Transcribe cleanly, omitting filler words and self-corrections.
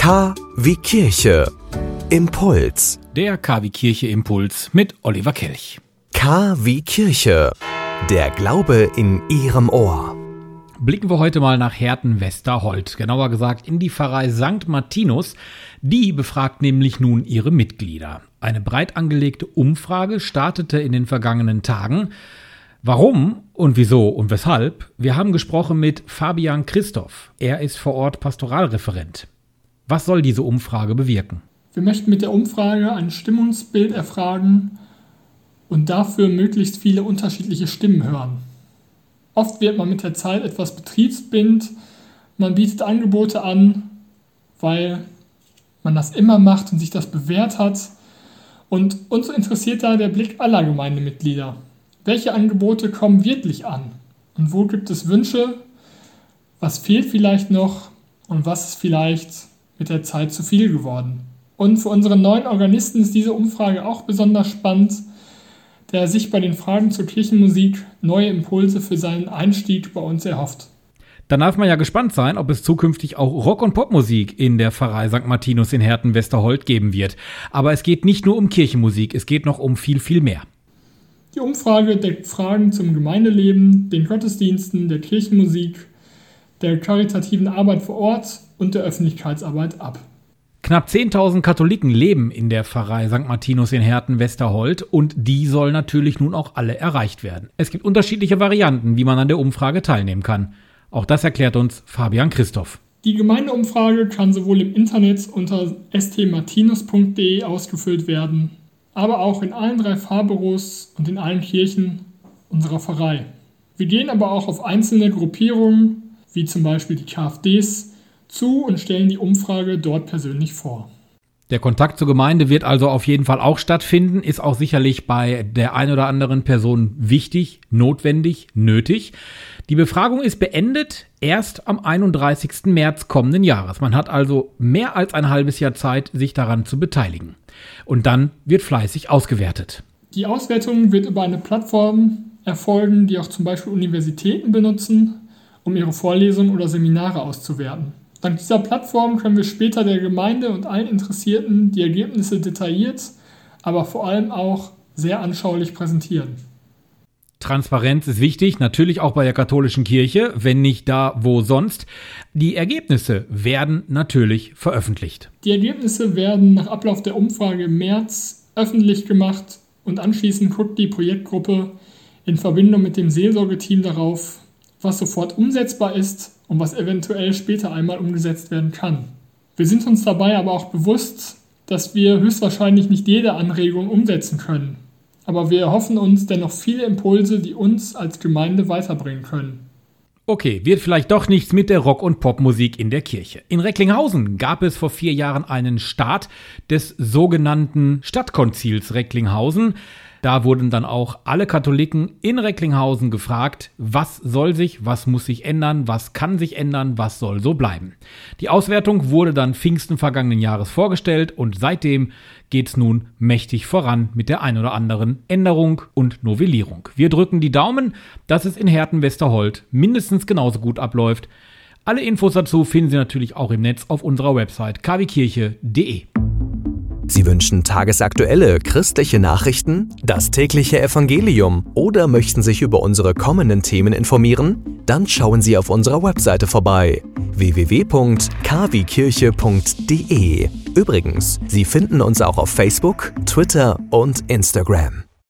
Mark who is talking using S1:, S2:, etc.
S1: K wie Kirche. Impuls.
S2: Der K wie Kirche Impuls mit Oliver Kelch.
S1: K wie Kirche. Der Glaube in Ihrem Ohr.
S2: Blicken wir heute mal nach Herten-Westerhold, genauer gesagt in die Pfarrei St. Martinus. Die befragt nämlich nun ihre Mitglieder. Eine breit angelegte Umfrage startete in den vergangenen Tagen. Warum und wieso und weshalb? Wir haben gesprochen mit Fabian Christoph. Er ist vor Ort Pastoralreferent. Was soll diese Umfrage bewirken?
S3: Wir möchten mit der Umfrage ein Stimmungsbild erfragen und dafür möglichst viele unterschiedliche Stimmen hören. Oft wird man mit der Zeit etwas betriebsblind, man bietet Angebote an, weil man das immer macht und sich das bewährt hat. Und uns interessiert da der Blick aller Gemeindemitglieder. Welche Angebote kommen wirklich an? Und wo gibt es Wünsche? Was fehlt vielleicht noch? Und was ist vielleicht mit der Zeit zu viel geworden? Und für unsere neuen Organisten ist diese Umfrage auch besonders spannend, da er sich bei den Fragen zur Kirchenmusik neue Impulse für seinen Einstieg bei uns erhofft.
S2: Dann darf man ja gespannt sein, ob es zukünftig auch Rock- und Popmusik in der Pfarrei St. Martinus in Herten-Westerhold geben wird. Aber es geht nicht nur um Kirchenmusik, es geht noch um viel, viel mehr.
S3: Die Umfrage deckt Fragen zum Gemeindeleben, den Gottesdiensten, der Kirchenmusik, der karitativen Arbeit vor Ort und der Öffentlichkeitsarbeit ab.
S2: Knapp 10.000 Katholiken leben in der Pfarrei St. Martinus in Herten-Westerhold und die sollen natürlich nun auch alle erreicht werden. Es gibt unterschiedliche Varianten, wie man an der Umfrage teilnehmen kann. Auch das erklärt uns Fabian Christoph.
S3: Die Gemeindeumfrage kann sowohl im Internet unter stmartinus.de ausgefüllt werden, aber auch in allen 3 Pfarrbüros und in allen Kirchen unserer Pfarrei. Wir gehen aber auch auf einzelne Gruppierungen, wie zum Beispiel die KfDs, zu und stellen die Umfrage dort persönlich vor.
S2: Der Kontakt zur Gemeinde wird also auf jeden Fall auch stattfinden, ist auch sicherlich bei der ein oder anderen Person wichtig, notwendig, nötig. Die Befragung ist beendet erst am 31. März kommenden Jahres. Man hat also mehr als ein halbes Jahr Zeit, sich daran zu beteiligen. Und dann wird fleißig ausgewertet.
S3: Die Auswertung wird über eine Plattform erfolgen, die auch zum Beispiel Universitäten benutzen, um ihre Vorlesungen oder Seminare auszuwerten. Dank dieser Plattform können wir später der Gemeinde und allen Interessierten die Ergebnisse detailliert, aber vor allem auch sehr anschaulich präsentieren.
S2: Transparenz ist wichtig, natürlich auch bei der katholischen Kirche, wenn nicht da, wo sonst. Die Ergebnisse werden natürlich veröffentlicht.
S3: Die Ergebnisse werden nach Ablauf der Umfrage im März öffentlich gemacht und anschließend guckt die Projektgruppe in Verbindung mit dem Seelsorgeteam darauf, was sofort umsetzbar ist und was eventuell später einmal umgesetzt werden kann. Wir sind uns dabei aber auch bewusst, dass wir höchstwahrscheinlich nicht jede Anregung umsetzen können. Aber wir erhoffen uns dennoch viele Impulse, die uns als Gemeinde weiterbringen können.
S2: Okay, wird vielleicht doch nichts mit der Rock- und Popmusik in der Kirche. In Recklinghausen gab es vor 4 Jahren einen Start des sogenannten Stadtkonzils Recklinghausen. Da wurden dann auch alle Katholiken in Recklinghausen gefragt, was soll sich, was muss sich ändern, was kann sich ändern, was soll so bleiben. Die Auswertung wurde dann Pfingsten vergangenen Jahres vorgestellt und seitdem geht's nun mächtig voran mit der ein oder anderen Änderung und Novellierung. Wir drücken die Daumen, dass es in Herten-Westerhold mindestens genauso gut abläuft. Alle Infos dazu finden Sie natürlich auch im Netz auf unserer Website kwkirche.de.
S1: Sie wünschen tagesaktuelle christliche Nachrichten, das tägliche Evangelium oder möchten sich über unsere kommenden Themen informieren? Dann schauen Sie auf unserer Webseite vorbei: www.kwkirche.de. Übrigens, Sie finden uns auch auf Facebook, Twitter und Instagram.